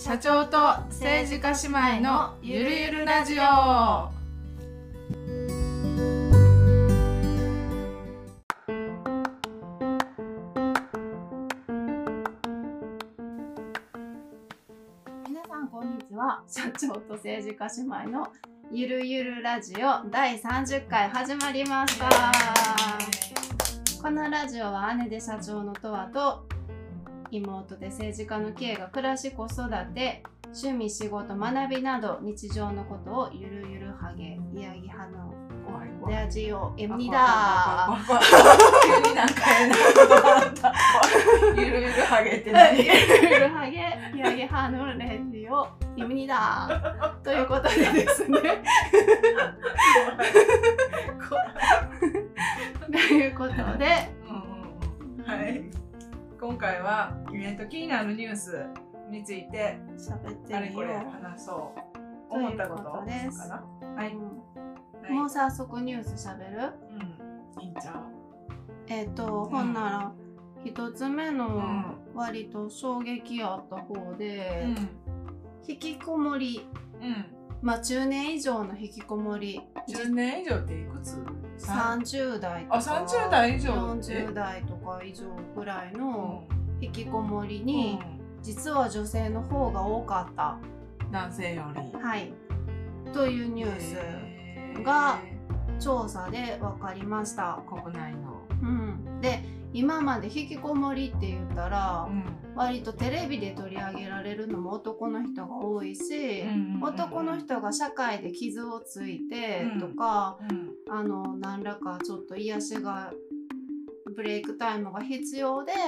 社長と政治家姉妹のゆるゆるラジオ。皆さんこんにちは。社長と政治家姉妹のゆるゆるラジオ第30回始まりました。このラジオは姉で社長のとわと妹で政治家のキエが暮らし子育て趣味仕事学びなど日常のことをゆるゆるはげイヤギハのラジオ입니다。 急になんか変なことがあった。ゆるゆるはげって何？ ゆるゆるはげイヤギハのラジオ입니다。ということでですね。ということで、 はい。今回は気になるニュースについて喋ってあれこれ話そう思ったことかな。はい。 もう早速ニュース喋る？ いいんちゃう？ほんなら一つ目の割と衝撃あった方で、引きこもり。まあ10年以上の引きこもり。 10年以上っていくつ ？30代とか 30代以上 40代とか以上くらいの引きこもりに、実は女性の方が多かった。 男性より。 はい。というニュースが調査で分かりました。 国内の。 で、今まで引きこもりって言ったら、割とテレビで取り上げられるのも男の人が多いし、男の人が社会で傷をついてとか、何らかちょっと癒しがブレイクタイムが必要で、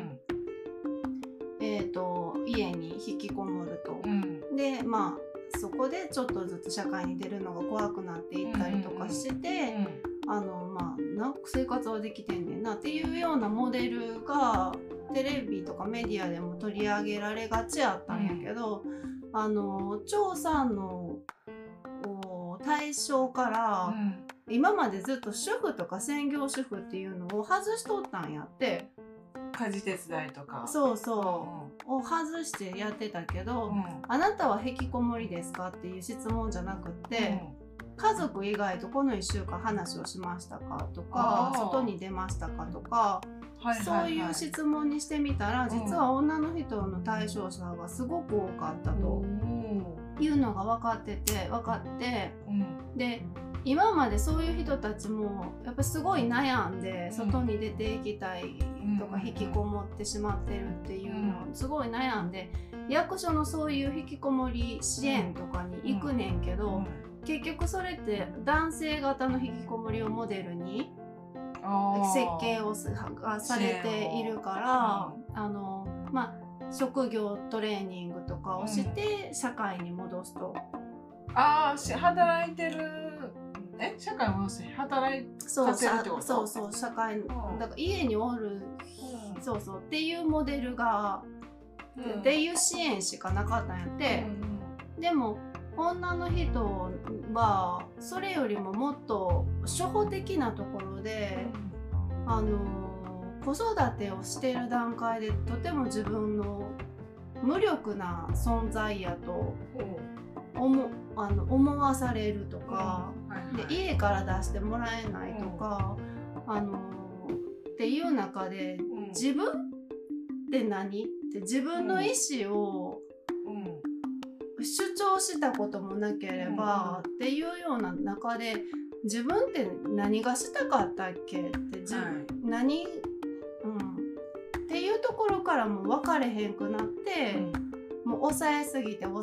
家に引きこもると。で、まあそこでちょっとずつ社会に出るのが怖くなっていったりとかして、まあなんか生活はできてんねんなっていうようなモデルがテレビとかメディアでも取り上げられがちやったんやけど、調査の対象から、今までずっと主婦とか専業主婦っていうのを外しとったんやって。 家事手伝いとかそうを外してやってたけど、あなたは引きこもりですかっていう質問じゃなくって、家族以外とこの1週間話をしましたかとか、外に出ましたかとか、そういう質問にしてみたら、実は女の人の対象者がすごく多かったというのが分かって、で今までそういう人たちもやっぱりすごい悩んで外に出ていきたいとか引きこもってしまってるっていうのすごい悩んで、役所のそういう引きこもり支援とかに行くねんけど、結局それって男性型の引きこもりをモデルに設計をされているから、まあ職業トレーニングとかをして社会に戻すと。 働いてる社会に戻して働いさせるってこと？ そう社会だから家におる、そうっていうモデルが、っていう支援しかなかったんやって。でも女の人はそれよりももっと初歩的なところで、子育てをしている段階でとても自分の無力な存在やと思わされるとか、で家から出してもらえないとか、っていう中で、自分って何って自分の意思を主張したこともなければ、っていうような中で自分って何がしたかったっけってっていうところからも分かれへんくなって、もう抑えすぎて、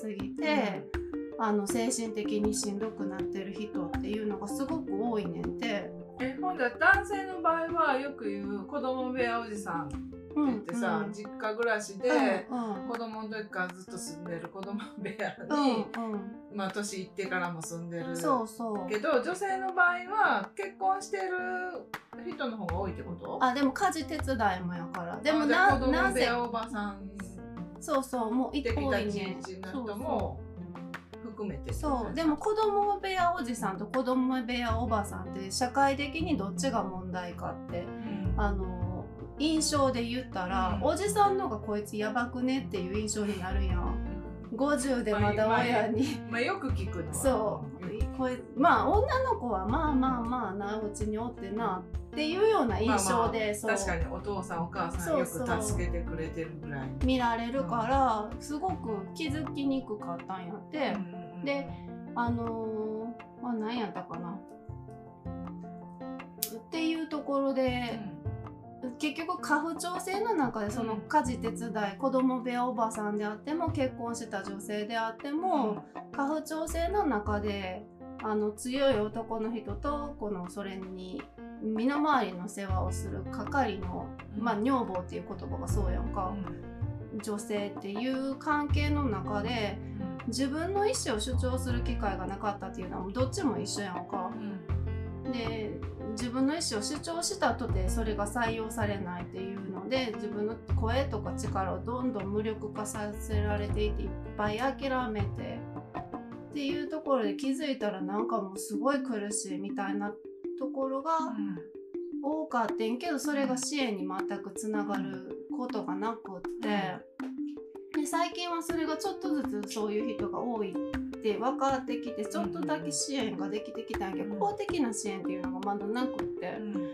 精神的にしんどくなってる人っていうのがすごく多いねんて。 ほんで男性の場合はよく言う子供部屋おじさんって言ってさ、実家暮らしで子供の時からずっと住んでる子供部屋に、まあ年いってからも住んでるけど、女性の場合は結婚してる人の方が多いってこと？ でも家事手伝いもやから。でも子供部屋おばさん、 もう一方多いね。の人も含めて。 でも子供部屋おじさんと子供部屋おばさんって社会的にどっちが問題かって、印象で言ったら、おじさんのがこいつやばくねっていう印象になるやん。 50でまだ親に、 まあよく聞くのはそうこれまあ女の子はまあまあまあなうちにおってなっていうような印象で、 まあ確かにお父さんお母さんよく助けてくれてるぐらい見られるから、すごく気づきにくかったんやって、で何やったかなっていうところで、結局家父長制の中でその家事手伝い、子供部屋おばさんであっても結婚した女性であっても、家父長制の中で強い男の人とそれに身の回りの世話をする係の、女房っていう言葉がそうやんか、女性っていう関係の中で自分の意思を主張する機会がなかったっていうのはどっちも一緒やんか。で自分の意思を主張したとてそれが採用されないっていうので、自分の声とか力をどんどん無力化させられていて、いっぱい諦めてっていうところで気づいたらなんかもうすごい苦しいみたいなところが多かってんけど、それが支援に全くつながることがなくって、で最近はそれがちょっとずつそういう人が多いって分かってきて、ちょっとだけ支援ができてきたんやけど、公的な支援っていうのがまだなくって、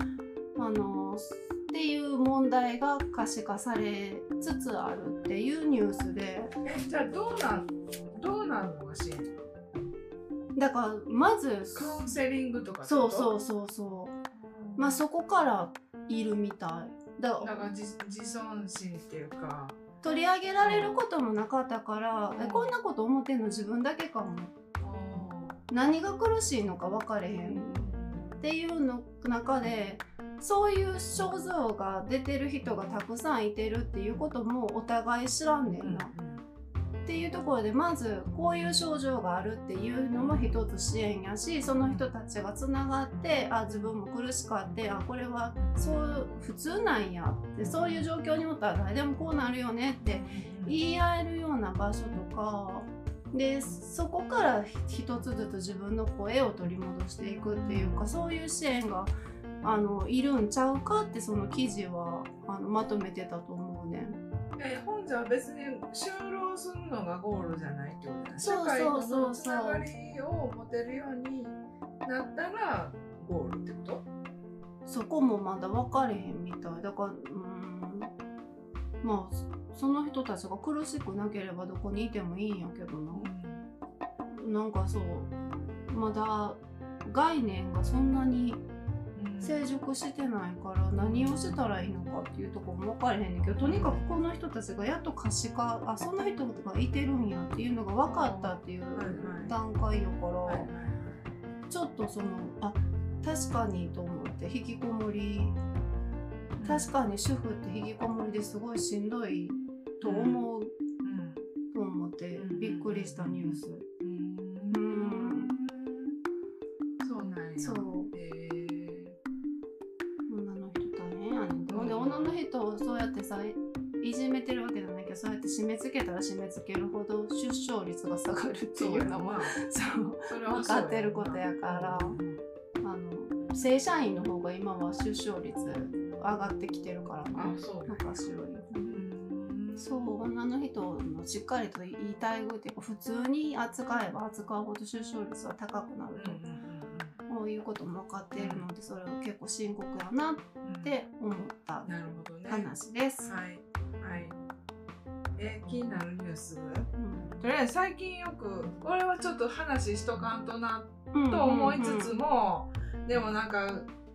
っていう問題が可視化されつつあるっていうニュースで。 じゃあどうなんのが支援？ だからまずカウンセリングとか。 そうまあそこからいるみたいだから自尊心っていうか取り上げられることもなかったから、こんなこと思ってんの自分だけかも、何が苦しいのか分かれへんっていうの中で、そういう症状が出てる人がたくさんいてるっていうこともお互い知らんねんな、っていうところで、まずこういう症状があるっていうのも一つ支援やし、その人たちがつながって、自分も苦しかって、これはそう普通なんやって、そういう状況におったら誰でもこうなるよねって言い合えるような場所とかで、そこから一つずつ自分の声を取り戻していくっていうか、そういう支援がいるんちゃうかって、その記事はまとめてたと思うね。 本じゃ別に就労するのがゴールじゃないってことだね。 そう社会のつながりを持てるようになったらゴールってこと？ そこもまだ分かれへんみたいだから、まあその人たちが苦しくなければどこにいてもいいんやけどな、なんかそうまだ概念がそんなに成熟してないから何をしたらいいのかっていうところも分からへんねんけど、とにかくこの人たちがやっと可視化、そんな人がいてるんやっていうのが分かったっていう段階やから、ちょっと確かにと思って引きこもり、確かに主婦って引きこもりですごいしんどいと思うと思ってびっくりしたニュース。 そうなんや。 そう。女の人大変やねん。で女の人をそうやってさいじめてるわけじゃないけど、そうやって締め付けたら締め付けるほど出生率が下がるっていうのもそう分かってることやから、正社員の方が今は出生率上がってきてるからね、昔より。そう女の人のしっかりと言いたいっていうか、普通に扱えば扱うほど出生率は高くなると、こういうことも分かっているので、それは結構深刻やなって思った話です。 はいはい。気になるニュース、とりあえず最近よくこれはちょっと話しとかんとなと思いつつも、でもなんか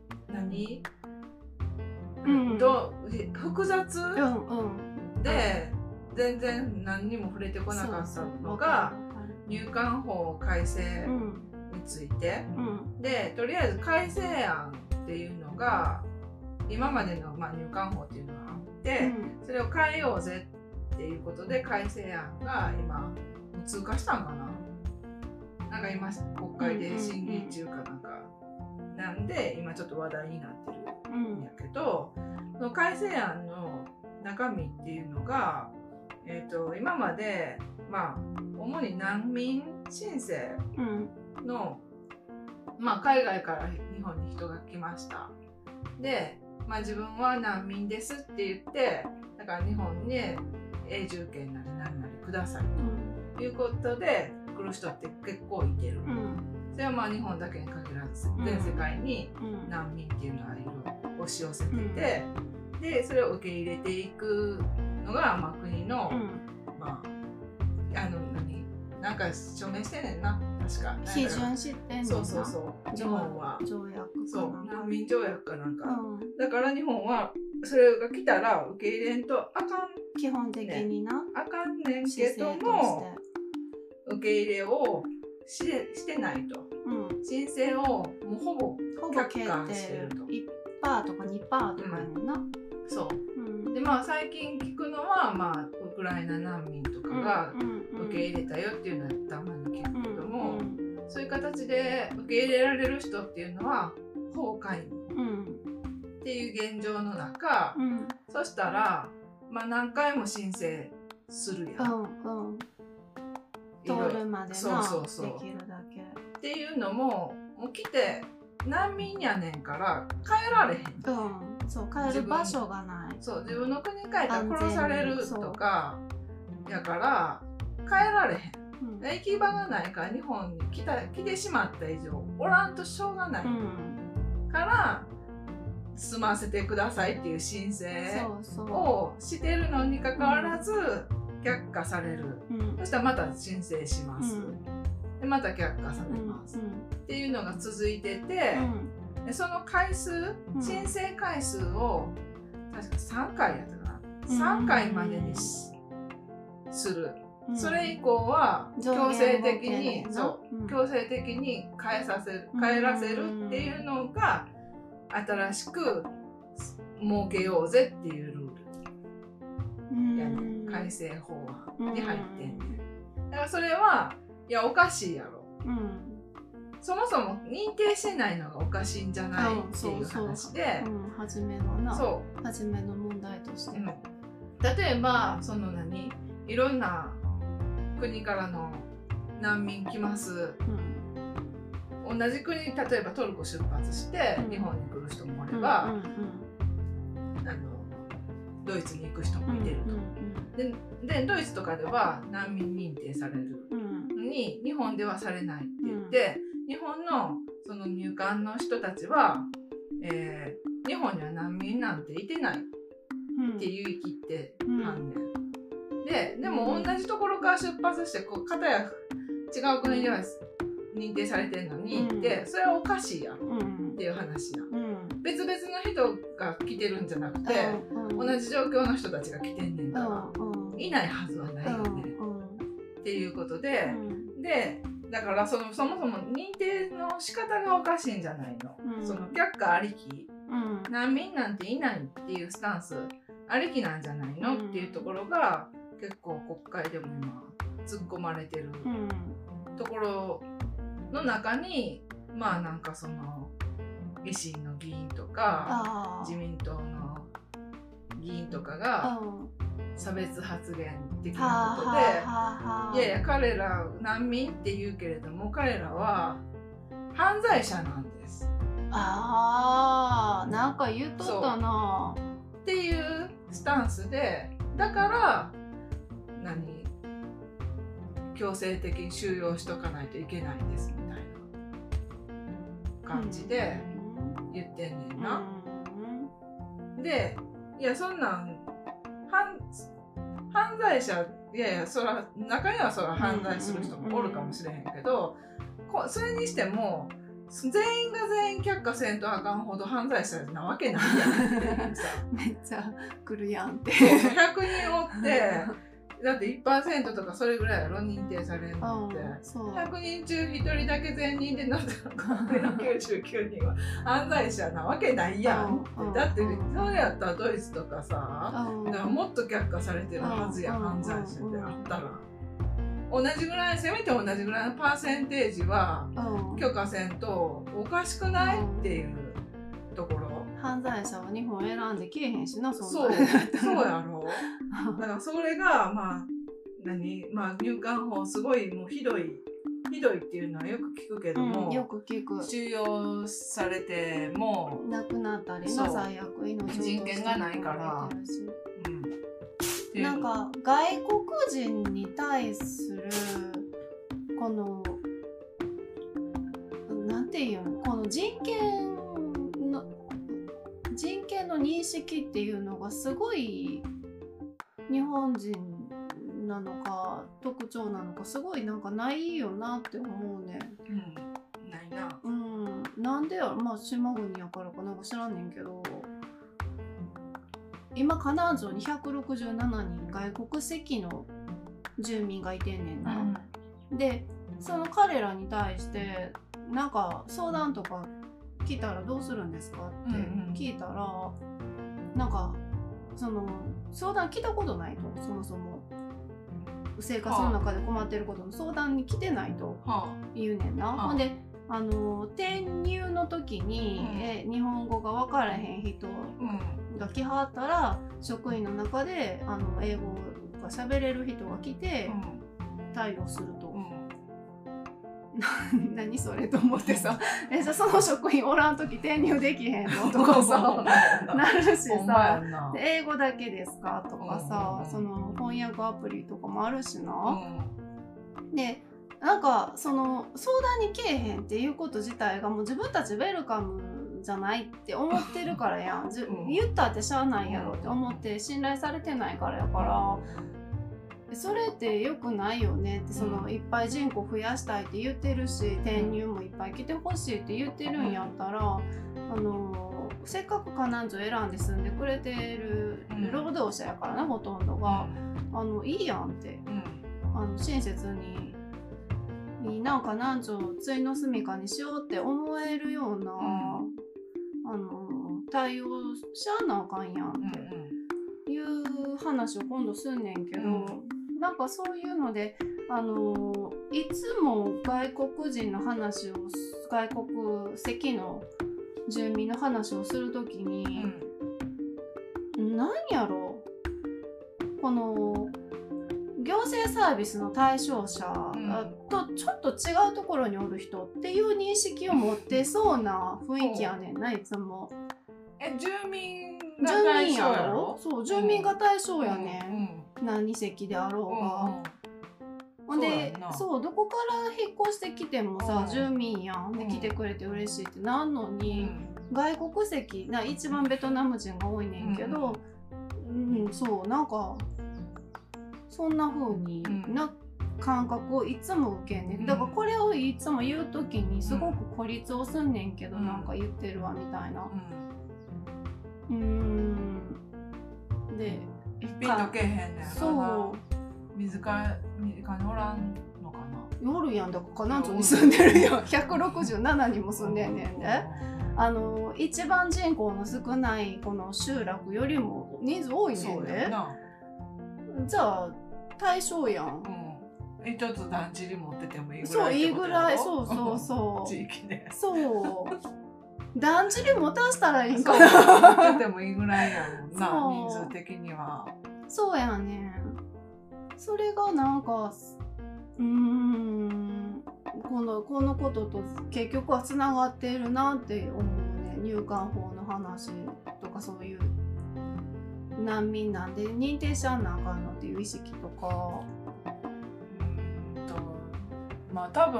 複雑、で全然何にも触れてこなかったのが入管法改正について、でとりあえず改正案っていうのが今までの、入管法っていうのがあって、それを変えようぜっていうことで改正案が今通過したんかな、なんか今国会で審議中かなんで今ちょっと話題になってるんやけど、その改正案の中身っていうのが、今まで主に難民申請の、海外から日本に人が来ました。で、自分は難民ですって言って、だから日本に永住権なり何なりくださいと。 いうことで来る人って結構いてる。それはまあ日本だけに限らず全世界に難民っていうのはいろいろ押し寄せてて、でそれを受け入れていくのが、まあ、国の、まあなんか署名してんねんな、確か批准してんねんな。 そうそうそう、日本は条約そう難民条約かなんか、だから日本はそれが来たら受け入れんとあかん、 基本的になあかんねんけども受け入れをしてないと、申請をもうほぼ却下してると、 1%とか2%とかやねんな。 そう、でまあ最近聞くのは、まあ、ウクライナ難民とかが受け入れたよっていうのはたまに聞くけども、そういう形で受け入れられる人っていうのはほぼ皆無っていう現状の中、そしたら、まあ、何回も申請するやん、 通るまでな、できるだけっていうのもう来て難民やねんから帰られへん、 そう帰る場所がない、 そう自分の国に帰ったら殺されるとかやから帰られへん、行き場がないから日本に来てしまった以上おらんとしょうがない、から住ませてくださいっていう申請をしてるのにかかわらず却下される、そしたらまた申請します、でまた却下されます、っていうのが続いてて、でその回数、申請回数を確か3回やったかな、3回までにする、それ以降は強制的に、強制的に帰らせるっていうのが新しく設けようぜっていうルールやね、改正法案に入ってんねん。だからそれはいやおかしいやろ、そもそも認定してないのがおかしいんじゃないっていう話で、 初めの問題として、 例えばいろんな国からの難民来ます、同じ国、例えばトルコ出発して日本に来る人もおれば、ドイツに行く人もいてると、でドイツとかでは難民認定されるのに、日本ではされないって言って、日本のその入管の人たちは、日本には難民なんていてないって言い切ってはんねん。でも同じところから出発して片や違う国では認定されてるのに行って、それはおかしいやろっていう話や、別々の人が来てるんじゃなくて、同じ状況の人たちが来てんねんから、いないはずはないよね、っていうことで、だからそもそも認定の仕方がおかしいんじゃないの、その却下ありき、難民なんていないっていうスタンスありきなんじゃないのっていうところが結構国会でも今突っ込まれてるところの中に、まあなんかその維新の議員とか自民党の議員とかが差別発言的なことで、いやいや彼ら難民って言うけれども彼らは犯罪者なんです。 なんか言っとったなっていうスタンスで、だから強制的に収容しとかないといけないんですみたいな感じで言ってんねんな。でいやそんなん犯罪者、いやいやそら中にはそら犯罪する人もおるかもしれへんけど、それにしても全員が全員却下せんとあかんほど犯罪者なわけないやんっていうさめっちゃ来るやんって 100人おってだって 1% とかそれぐらいやろ認定されるのって、100人中1人だけ全人でなったら99人は犯罪者なわけないやんって、だってそれやったらドイツとかさ、もっと却下されてるはずや、犯罪者であったら同じぐらい、せめて同じぐらいのパーセンテージは許可せんとおかしくないっていうところ。 犯罪者は日本選んでけえへんしな、 そうやろだからそれがまあ入管法すごいもうひどいっていうのはよく聞くけども、 よく聞く。 収容されても亡くなったりな、最悪命人権がないから、ってなんか外国人に対するこのなんていうの、この人権の認識っていうのがすごい日本人なのか特徴なのかすごいなんかないよなって思うね。 ないな。 なんでやろ、まあ島国やからかなんか知らんねんけど、今河南省に167人外国籍の住民がいてんねんな。でその彼らに対してなんか相談とか来たらどうするんですかって聞いたら、なんかその相談来たことないと、そもそも生活の中で困ってることの相談に来てないと言うねんな。ほんで転入の時に、日本語が分からへん人が来はったら、職員の中で英語が喋れる人が来て対応すると。何それと思ってさ、じゃあその職員おらん時転入できへんのとかさなるしさ、英語だけですかとかさ、その翻訳アプリとかもあるしな。でなんかその相談に来えへんっていうこと自体がもう自分たちウェルカムじゃないって思ってるからやん。言ったってしゃあないやろって思って信頼されてないからやから、それって良くないよねって。そのいっぱい人口増やしたいって言ってるし、転入もいっぱい来てほしいって言ってるんやったら、せっかく河南省選んで住んでくれてる労働者やからな、ほとんどがいいやんって、親切になんか河南省ついの住みかにしようって思えるような、対応しゃあなあかんやんっていう話を今度すんねんけど、なんかそういうのでいつも外国人の話を、外国籍の住民の話をするときに、何やろ、この行政サービスの対象者とちょっと違うところにおる人っていう認識を持ってそうな雰囲気やねんな、いつも。 住民が対象やろ？ そう、住民が対象やねん。何籍であろうが。ほんで、そう、どこから引っ越してきてもさ、住民やん。で来てくれて嬉しいってなんのに、外国籍一番ベトナム人が多いねんけど、そうなんかそんな風にな感覚をいつも受けんねん。だからこれをいつも言う時にすごく孤立をすんねんけど、なんか言ってるわみたいな。でピンとけへんねん。 そう。 水かにおらんのかな。 おるやん。だから河南省に住んでるやん。167人も住んでんねんで。一番人口の少ないこの集落よりも人数多いねんで。じゃあ対象やん。 一つだんじり持っててもいいぐらい。 そう、いいぐらい。そうそうそう。 地域で。 そう。だんじり持たしたらいいんかな。 持っててもいいぐらいやもんな、人数的には。 そうやね。それがなんかこのことと結局はつながっているなって思うね。入管法の話とか、そういう難民なんで認定しちゃなあかんのっていう意識とか。 まあ多分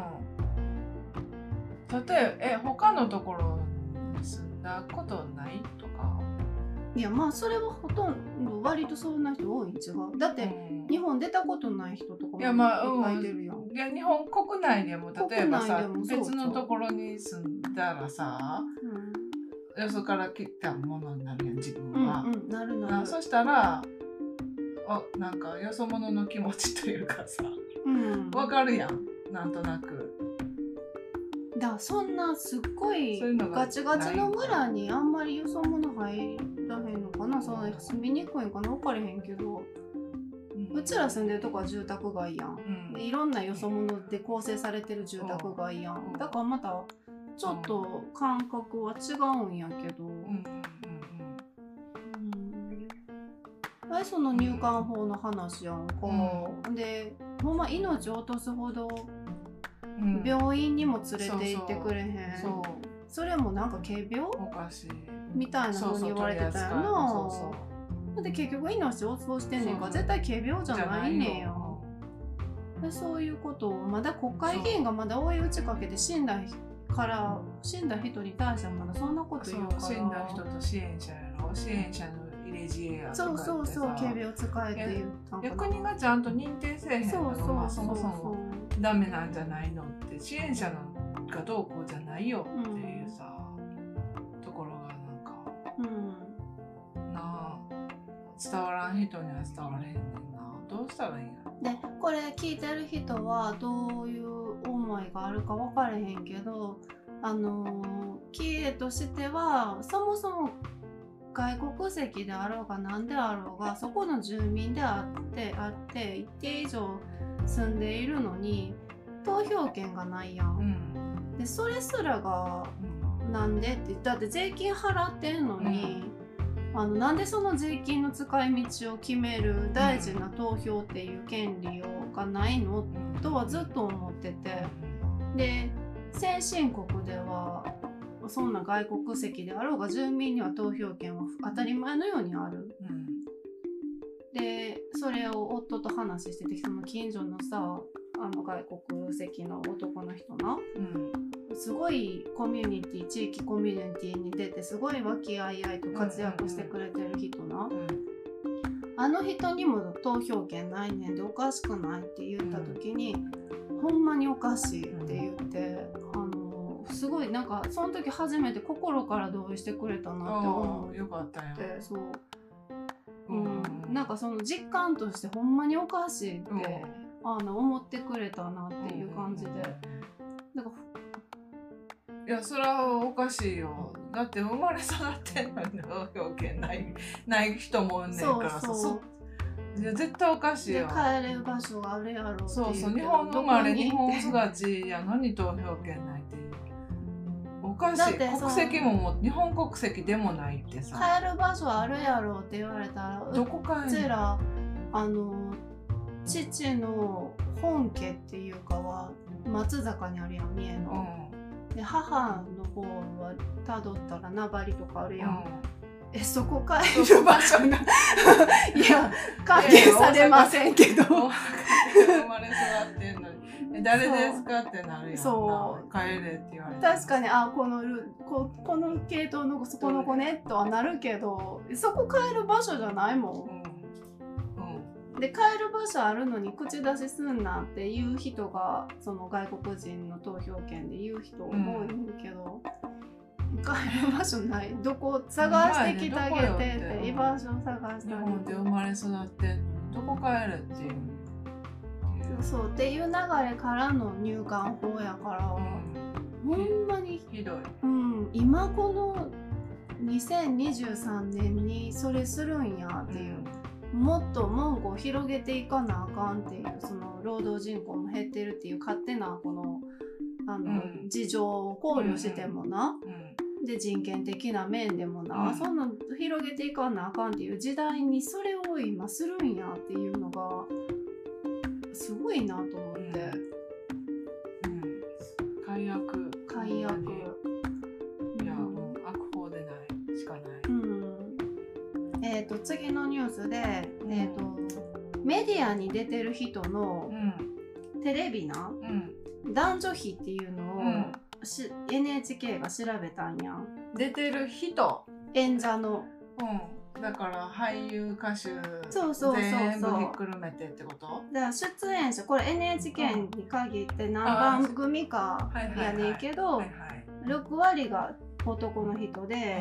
例えば他のところに住んだことないとか。 いや、まあそれはほとんど割とそんな人多いん違う。だって、日本出たことない人とかもいっぱいいてるやん。 いや、日本国内でも例えばさ、別のところに住んだらさ、よそから来たものになるやん、自分は。 なるなる。 そしたらなんかよそ者の気持ちというかさ、わかるやん、なんとなく。 だからそんなすっごいガチガチの村にあんまりよそ者入らへんのかな。そんな住みにくいんかな、分かれへんけど、うちら住んでるとこは住宅街やん。いろんなよそ者で構成されてる住宅街やん。だからまたちょっと感覚は違うんやけど、その入管法の話やんか。でほんま命を落とすほど病院にも連れて行ってくれへん。それもなんか軽病おかしいみたいな風に言われてたよな。 って結局命をそうしてんねんから絶対軽病じゃないねんや。でそういうことをまだ国会議員がまだ追い打ちかけて死んだ人に対してはまだそんなこと言うから、 死んだ人と支援者やろ、支援者の入れ知恵やとかそうそうそう、軽病使えって言ったんかな。 国がちゃんと認定せえへんのがそもそもダメなんじゃないのって、支援者のがどうこうじゃないよっていうさ、ところがなんか、なあ伝わらん人には伝われへんねんな。どうしたらいいんやろ。 でこれ聞いてる人はどういう思いがあるか分からへんけど、キエとしてはそもそも外国籍であろうが何であろうがそこの住民であって一定以上住んでいるのに投票権がないやん。でそれすらがなんでってだって税金払ってんのに、なんでその税金の使い道を決める大事な投票っていう権利がないのとはずっと思ってて、で先進国ではそんな外国籍であろうが住民には投票権は当たり前のようにある。でそれを夫と話してて、その近所のさ外国籍の男の人な、すごい地域コミュニティに出てすごい和気あいあいと活躍してくれてる人な、あの人にも投票権ないねんでおかしくないって言った時に、ほんまにおかしいって言って、すごいなんかその時初めて心から同意してくれたなって思って、 よかったよ。 そう、なんかその実感としてほんまにおかしいって思ってくれたなっていう感じで、なんかいやそれはおかしいよ。だって生まれ育ってんのに投票権ない人もおんねんからさ、いや絶対おかしいよ。 で帰れる場所があるやろっていう。 そうそう、日本生まれ日本育ちやのに投票権ないっておかしい。国籍も日本国籍でもないってさ、 帰る場所あるやろって言われたら、 どこ帰るの？ うちら父の本家っていうかは松坂にあるやん、三重の、で母の方はたどったら名張とかあるやん、そこ帰る場所がいや関係されませんけど生まれ育ってんのに誰ですかってなるやんな。そう帰れって言われて、 確かにこの系統のそこの子ねとはなるけど、そこ帰る場所じゃないもん、で帰る場所あるのに口出しすんなっていう人がその外国人の投票権で言う人多いんけど、帰る場所ない、どこ探してきてあげてって居場所探してあげて、日本で生まれ育ってどこ帰るっていう、 そうっていう流れからの入管法やから、ほんまにひどい、 今この2023年にそれするんやっていう、もっと門戸を広げていかなあかんっていう、その労働人口も減ってるっていう勝手なこの事情を考慮してもな、で人権的な面でもな、そんな広げていかなあかんっていう時代にそれを今するんやっていうのがすごいなと思って、 解約いやもう悪法でないしかない。 次のニュースで、メディアに出てる人のテレビな、男女比っていうのを、NHK が調べたんやん。 出てる人、 演者の、 だから俳優歌手全部ひっくるめてってこと？ だから出演者これ NHK に限って何番組かやねんけど、6割が男の人で、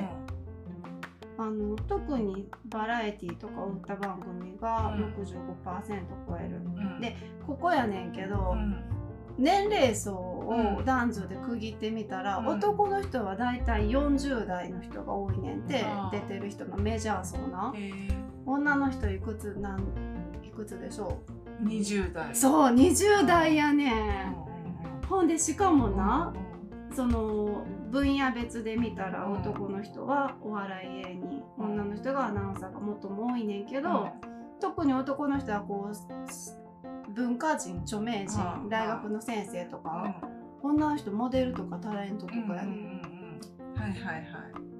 特にバラエティとか歌番組が 65% 超える、でここやねんけど、年齢層を男女で区切ってみたら、男の人はだいたい40代の人が多いねんて、出てる人のメジャー層な。女の人いくつでしょう？20代。そう、20代やねん。ほんでしかもな、その分野別で見たら男の人はお笑い芸人、女の人がアナウンサーがもっとも多いねんけど、特に男の人はこう文化人、著名人、大学の先生とか、女の人モデルとかタレントとかやねん。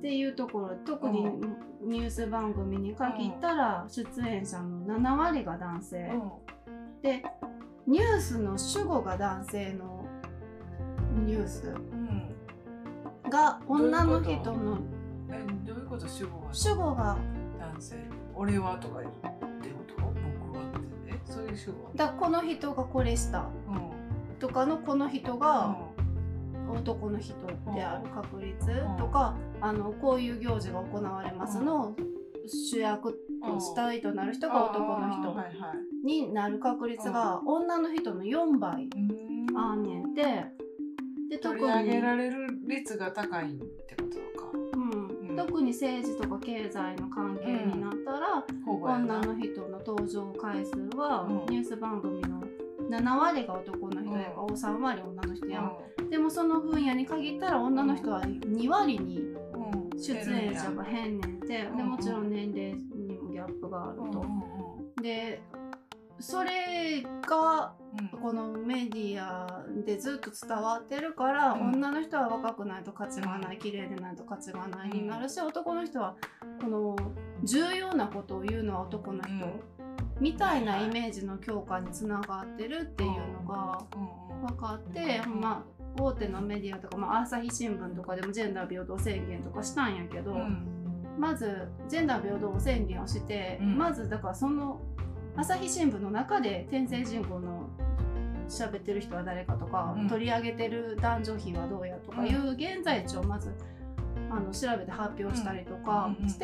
っていうところ、特にニュース番組に限ったら出演者の7割が男性、でニュースの主語が男性のニュースが女の人のどういうこと？主語が男性、俺はとか言ってこと？僕はってね、そういう主語だ。この人がこれした、とかのこの人が男の人である確率とか、こういう行事が行われますの主役主体となる人が男の人になる確率が女の人の4倍あんねんで、 取り上げられる率が高いってことか。 特に政治とか経済の関係になったら、女の人の登場回数はニュース番組の7割が男の人やから3割女の人やん。でもその分野に限ったら女の人は2割に出演者が減んねんて。でもちろん年齢にもギャップがあると。でそれがこのメディアでずっと伝わってるから、女の人は若くないと価値がない、綺麗でないと価値がないになるし、男の人はこの重要なことを言うのは男の人みたいなイメージの強化につながってるっていうのが分かって、大手のメディアとか、朝日新聞とかでもジェンダー平等宣言とかしたんやけど、まずジェンダー平等宣言をして、まずだからその朝日新聞の中で天聖人口の喋ってる人は誰かとか、取り上げてる男女比はどうやとかいう現在地をまず調べて発表したりとかして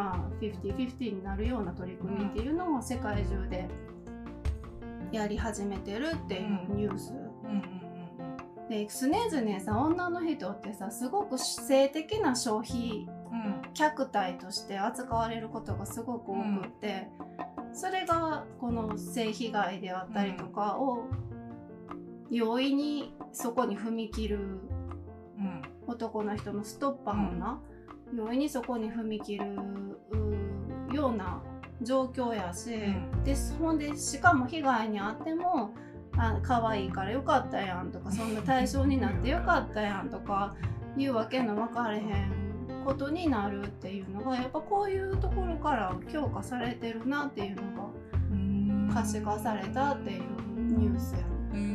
、50-50になるような取り組みっていうのを世界中でやり始めてるっていうニュースで、常々さ、女の人ってさ、すごく性的な消費客体として扱われることがすごく多くって、それがこの性被害であったりとかを容易にそこに踏み切る男の人のストッパーな、容易にそこに踏み切るような状況やし、でほんでしかも被害に遭っても可愛いからよかったやんとか、そんな対象になってよかったやんとかいうわけの分かれへんことになるっていうのが、やっぱこういうところから強化されてるなっていうのが可視化されたっていうニュースや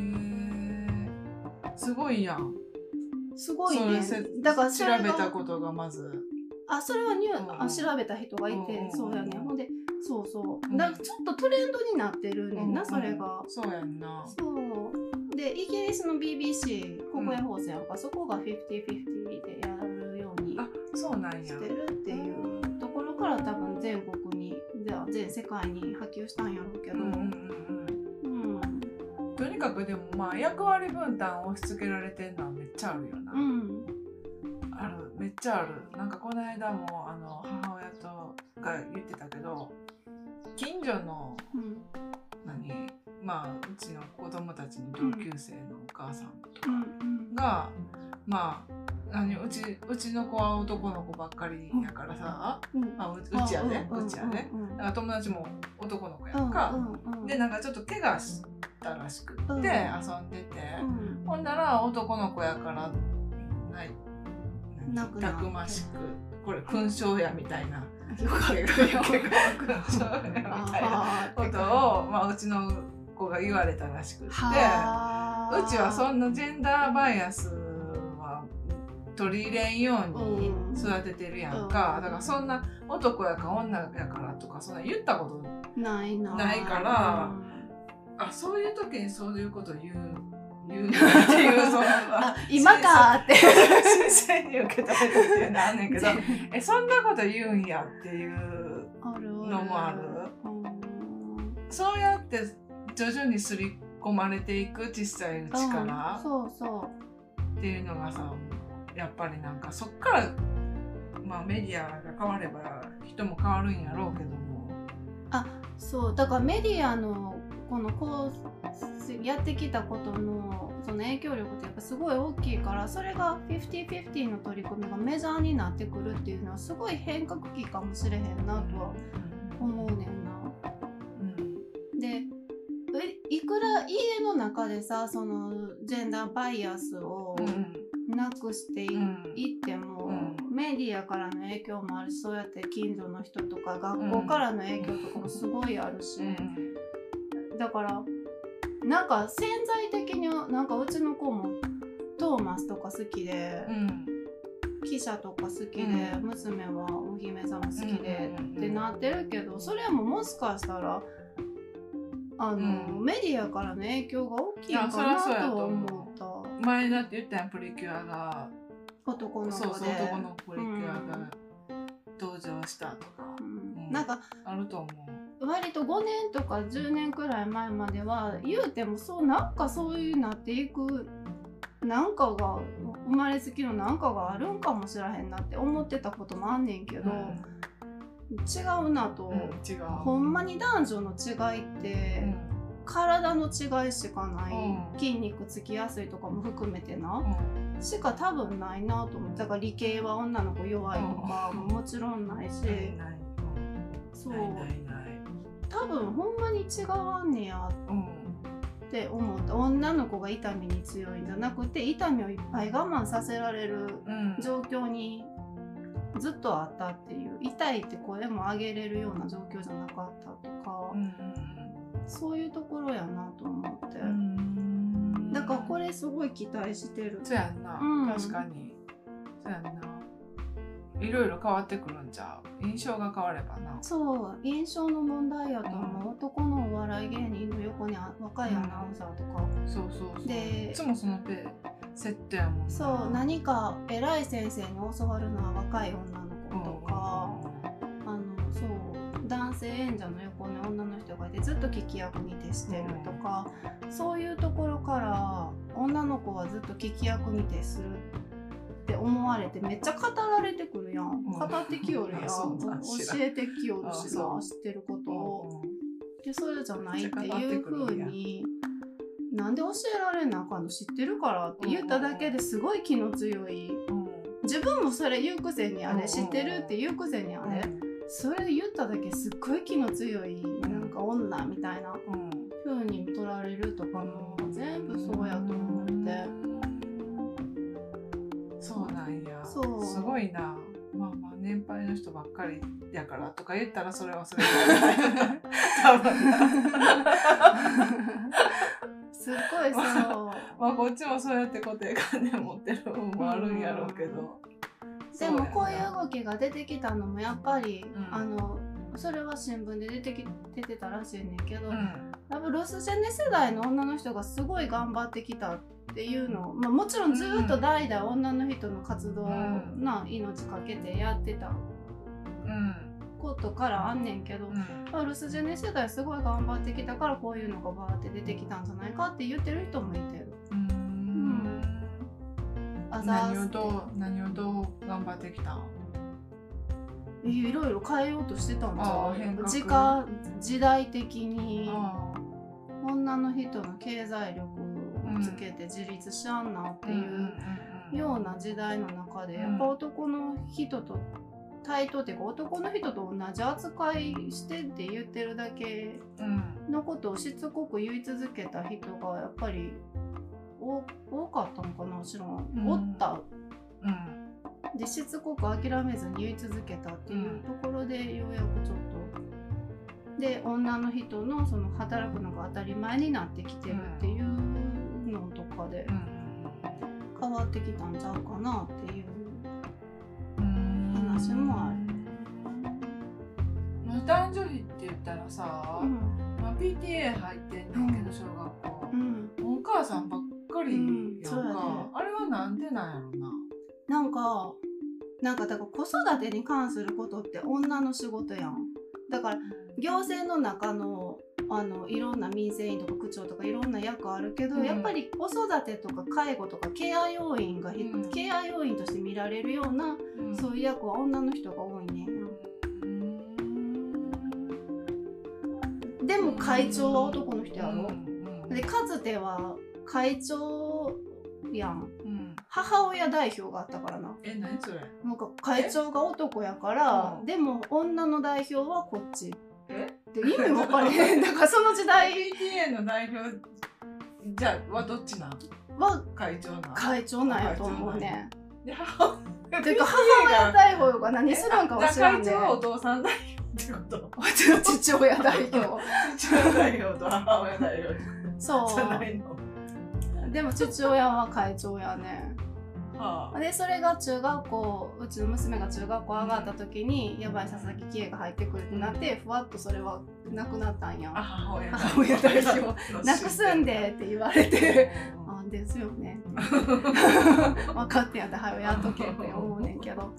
すごいやん。 すごいね。だから調べたことがまずそれは調べた人がいて、そうやね。ほんでだからちょっとトレンドになってるねんな、それが。 そうやんな。 そうでイギリスの BBC 国営放送やんか、そこが50-50でやるようにしてるっていうところから、多分全国に全世界に波及したんやろうけど、 とにかくでも役割分担を押し付けられてんのはめっちゃあるよな。めっちゃある。なんかこの間も母親とが言ってたけど、近所の、うちの子供たちの同級生のお母さんとかが、うちの子は男の子ばっかりやからさ、うちやね、だから友達も男の子やんか、でなんかちょっと怪我したらしくって遊んでて、ほんなら男の子やからたくましく、これ勲章やみたいなよかったよ勲章やみたいなことをうちの子が言われたらしくって、うちはそんなジェンダーバイアスは取り入れんように育ててるやんか。だからそんな男やから女やからとかそんな言ったことないから、そういう時にそういうこと言うっていう今かって新鮮に受け止めたっていうのあんねんけどそんなこと言うんやっていうのもある。そうやって徐々に刷り込まれていく小さいうちからっていうのがさ、やっぱりなんかそっからメディアが変われば人も変わるんやろうけども、 そうだからメディアのこうやってきたことのその影響力ってやっぱすごい大きいから、それが50-50の取り組みがメジャーになってくるっていうのはすごい変革期かもしれへんなとは思うねんな。でいくら家の中でさ、そのジェンダーバイアスをなくしていっても、メディアからの影響もあるし、そうやって近所の人とか学校からの影響とかもすごいあるし、だからなんか潜在的になんかうちの子もトーマスとか好きで、記者とか好きで、娘はお姫様好きでってなってるけど、それももしかしたらメディアからの影響が大きいのかなとは思った。 前だって言ったやん、プリキュアが男の子で、 そうそう、男のプリキュアが登場したとか、 なんかあると思う。 割と5年とか10年くらい前までは言うてもなんかそういうなっていくなんかが生まれつきのなんかがあるんかもしらへんなって思ってたこともあんねんけど、違うなと、 違う。 ほんまに男女の違いって、体の違いしかない、筋肉つきやすいとかも含めてな、しか多分ないなと思って。だから理系は女の子弱いとかももちろんないし、そう多分ほんまに違わんねやって思った。女の子が痛みに強いんじゃなくて、痛みをいっぱい我慢させられる状況にずっとあったっていう、痛いって声も上げれるような状況じゃなかったとか、そういうところやなと思って、だからこれすごい期待してる。 そうやんな、確かにそうやんな。いろいろ変わってくるんちゃう、印象が変わればな。 そう印象の問題やと思う、男のお笑い芸人の横に若いアナウンサーとか、 そうそうそう、 でいつもそのセットやもんな。 そう何か偉い先生に教わるのは若い女の子とか、そう男性演者の横に女の人がいてずっと聞き役に徹してるとか、そういうところから女の子はずっと聞き役に徹するって思われて、めっちゃ語られてくるやん、語ってきよるやん、教えてきよるしな、知ってることを、でそれじゃないっていう風に、なんで教えられなあかんの、知ってるからって言っただけですごい気の強い、自分もそれ言うくせにあれ、知ってるって言うくせにあれ、それ言っただけすっごい気の強いなんか女みたいな風に取られるとかも全部そうやと思って。 そうなんや。 そうすごいな。まあまあ年配の人ばっかりやからとか言ったらそれはそれで多分すっごいそうまあこっちもそうやって固定観念持ってる部分もあるんやろうけど、 でもこういう動きが出てきたのもやっぱり、それは新聞で出てたらしいねんけど、やっぱロスジェネ世代の女の人がすごい頑張ってきたっていうのを、もちろんずっと代々女の人の活動な命かけてやってたことからあんねんけど、ロスジェネ世代すごい頑張ってきたからこういうのがバーって出てきたんじゃないかって言ってる人もいてる。 何をどう頑張ってきたん？ いろいろ変えようとしてたんじゃん。時代的に女の人の経済力をつけて自立しやんなっていうような時代の中で、やっぱ男の人と対等っていうか男の人と同じ扱いしてって言ってるだけのことをしつこく言い続けた人がやっぱり多かったのかな、知らん、おった、でしつこく諦めずに言い続けたっていうところで、ようやくちょっとで女の人のその働くのが当たり前になってきてるっていうのとかで変わってきたんちゃうかなっていう話もある。 男女比って言ったらさ、PTA 入ってんねんけど小学校、お母さんばっかりやんか、あれはなんでなんやろな。 なんかだから子育てに関することって女の仕事やん。だから行政の中のいろんな民生委員とか区長とかいろんな役あるけど、やっぱり子育てとか介護とかケア要員ケア要員として見られるような、そういう役は女の人が多いねんや。でも会長は男の人やろ、でかつては会長やん、母親代表があったからな。 何それ。 なんか会長が男やから、でも女の代表はこっちって意味分かれへん。だからその時代 PTA の代表じゃあはどっちなん？ は会長なんやと思うね。ていうか母親代表が何するんかは知らんね。 会長はお父さん代表ってこと？ 父親代表。 父親代表と母親代表そうじゃないの。 でも父親は会長やね。でそれが中学校、うちの娘が中学校上がった時に、やばい佐々木喜恵が入ってくるってなって、ふわっとそれはなくなったんや。 母親代表なくすんでって言われてあですよね分かってやったはよやっとけって思うねんけど、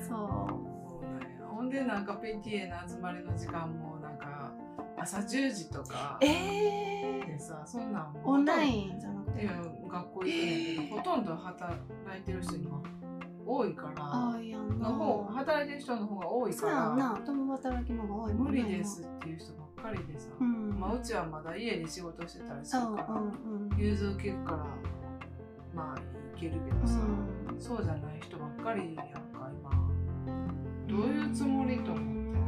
ほんでなんか PTA の集まりの時間もなんか朝10時とかでさ、そんなんオンラインじゃなくて、 いや学校行ってんけど、ほとんど働いてる人今多いから、働いてる人の方が多いから、 そうやな、共働きの方が多い。 無理ですっていう人ばっかりでさ、うちはまだ家で仕事してたりするから融通聞くからまあいけるけどさ、そうじゃない人ばっかりやんか今。どういうつもりと思って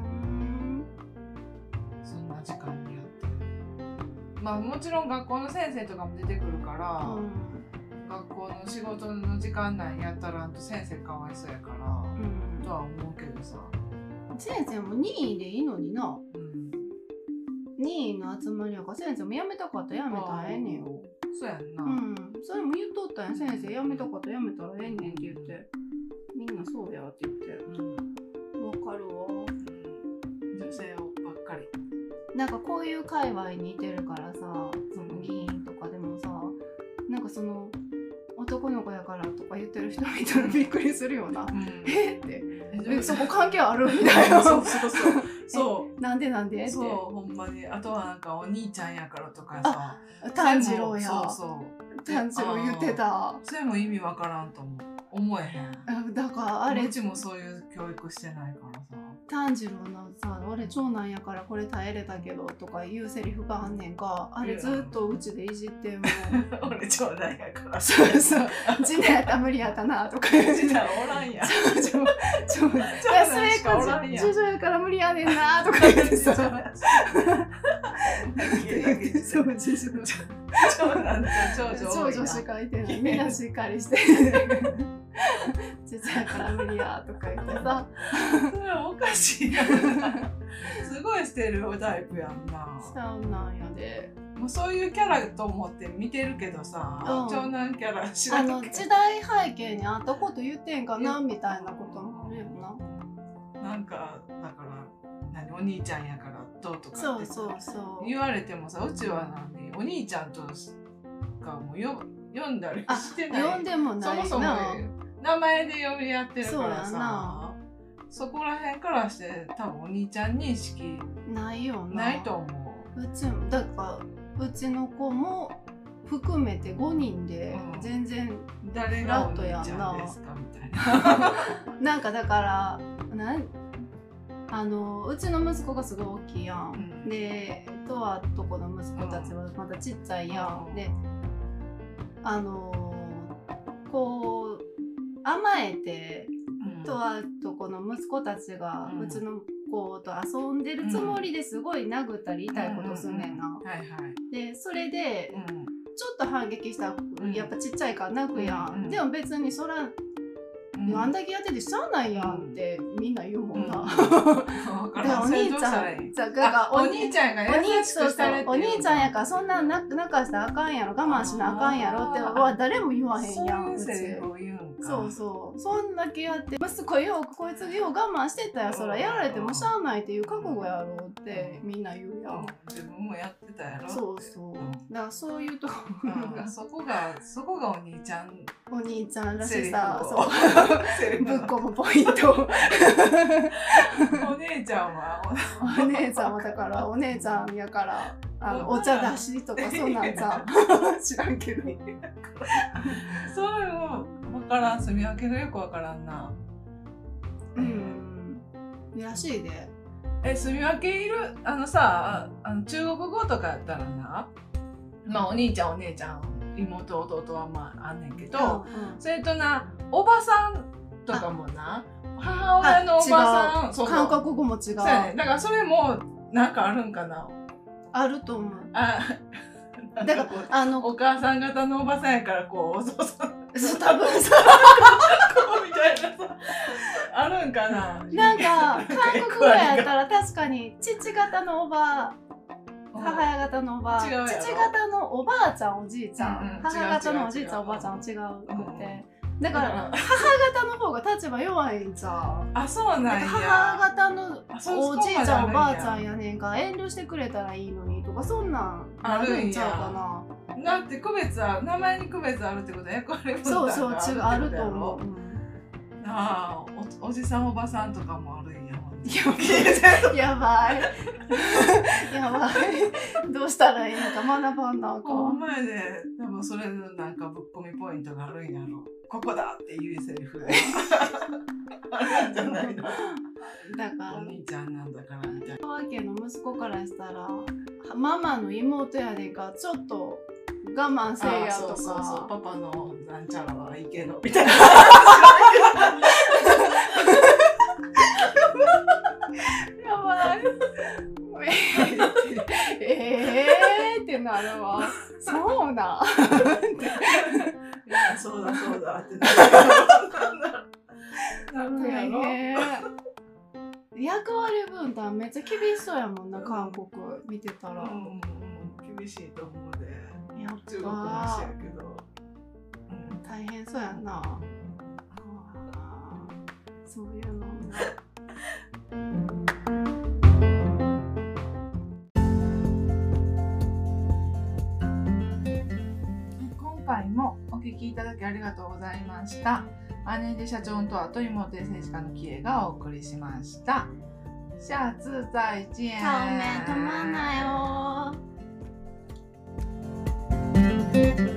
そんな時間にやってる。まあもちろん学校の先生とかも出てくるから、学校の仕事の時間内やったらんと先生かわいそうやから、とは思うけどさ、 先生も任意でいいのにな。任意の集まりやから先生も辞めたかったら辞めたらええねんよ。 そうやんな。 それも言っとったんや。先生辞めたかったら辞めたらええねんって言って、みんなそうやって言って、わかるわ。 女性ばっかり。 なんかこういう界隈にいてるからさ、その議員とかでもさ、なんかその男の子やからとか言ってる人見たらびっくりするよな。えってそこ関係あるみたいな。そうなんでなんでって。 そうほんまに。あとはなんかお兄ちゃんやからとかさ、 炭治郎や。 そう炭治郎言ってた。 それも意味わからんと思えへん。 だからあれうちもそういう教育してないからさ。 炭治郎のさ、俺長男やからこれ耐えれたけどとかいうセリフがあんねんか、あれずっとうちでいじっても俺長男やからそうそう次男やったら無理やったなとか言う次男おらんやん次女やから無理やねんなとか言ってさそう次女長女しかいてない、みんなしっかりして実やから無理やとか言ってさそれおかしいなすごいステレオタイプやんな。 そうなんやで、 もうそういうキャラと思って見てるけどさ、長男キャラ知らんけど時代背景にあったこと言ってんかなみたいなこともあるよな。 なんかだからお兄ちゃんやからどうとかってそう言われてもさ、うちはお兄ちゃんとかも読んだりしてない。 読んでもないな。 そもそも名前で呼び合ってるからさ、そこら辺からして多分お兄ちゃん認識ないよな。 ないと思う。 うちもだからうちの子も含めて5人で全然誰がお兄ちゃんですかみたいななんかだからうちの息子がすごい大きいやん、でとはとこの息子たちはまだちっちゃいやん、でこう甘えて、とはとこの息子たちがうちの子と遊んでるつもりですごい殴ったり痛いことすんねんな。でそれで、ちょっと反撃したらやっぱちっちゃいから泣くやん、でも別にそらあんだけやっててしゃあないやんってみんな言うもんな。お兄ちゃんお兄ちゃんが優しくしたれってお兄ちゃんやからそんなん泣かしたらあかんやろ、我慢しなあかんやろっては誰も言わへんやん。そうそんだけやって息子こいつよう我慢してたやそらやられてもしゃあないっていう覚悟やろってみんな言うやん。 自分もやってたやろ。 そうだからそういうとこそこがお兄ちゃんらしさ、ぶっこむポイントお姉ちゃんはだからお姉ちゃんやからお茶出しとかそんなんさ知らんけどそれも分からん、住み分けがよく分からんな。 らしいで。 住み分けいるさ中国語とかやったらな、まあお兄ちゃんお姉ちゃん妹弟はまああんねんけど、それとなおばさんとかもな、母親のおばさん韓国語も違う。 だからそれもなんかあるんかな。 あると思う。 だからお母さん方のおばさんやからこうお父さんそう多分さこうみたいなさあるんかな。 なんか韓国語やったら確かに父方のおば母親方のおば違うやろ父方のおばあちゃんおじいちゃん、 うんうん母方のおじいちゃん違うおばあちゃんは違うくて、 うんだから母方の方が立場弱いんちゃう。 あ、そうなんや。 母方のあそおじいちゃんおばあちゃんややねんか遠慮してくれたらいいのにとかそんなんあるんちゃうかな。 だって区別は名前に区別あるってことは役割分担そうそうが違うあるとう。 思う。 ああ、おじさんおばさんとかもあるんや。 やばいやばいどうしたらいいのか学ばんなあかこのん。 前で多分それのなんかぶっ込みポイントがあるんやろ。ここだっていうセリフがあるんじゃないの。 だからお兄ちゃんなんだからみたいな。 わけの息子からしたらママの妹やねんかちょっと我慢せえやとか。 そうそうそう、パパのなんちゃらはいいけどみたいな。 やばいってなるわ。そうだいやそうだそうだってなるやろ。 役割分担めっちゃ厳しそうやもんな韓国見てたら。 厳しいと思うで。 やっ中国の話やけど。 大変そうやな。そういうの。 今回もお聞きいただきありがとうございました。姉で社長とあと妹で政治家のキエがお送りしました。下次再见。 顔面止まんないよ。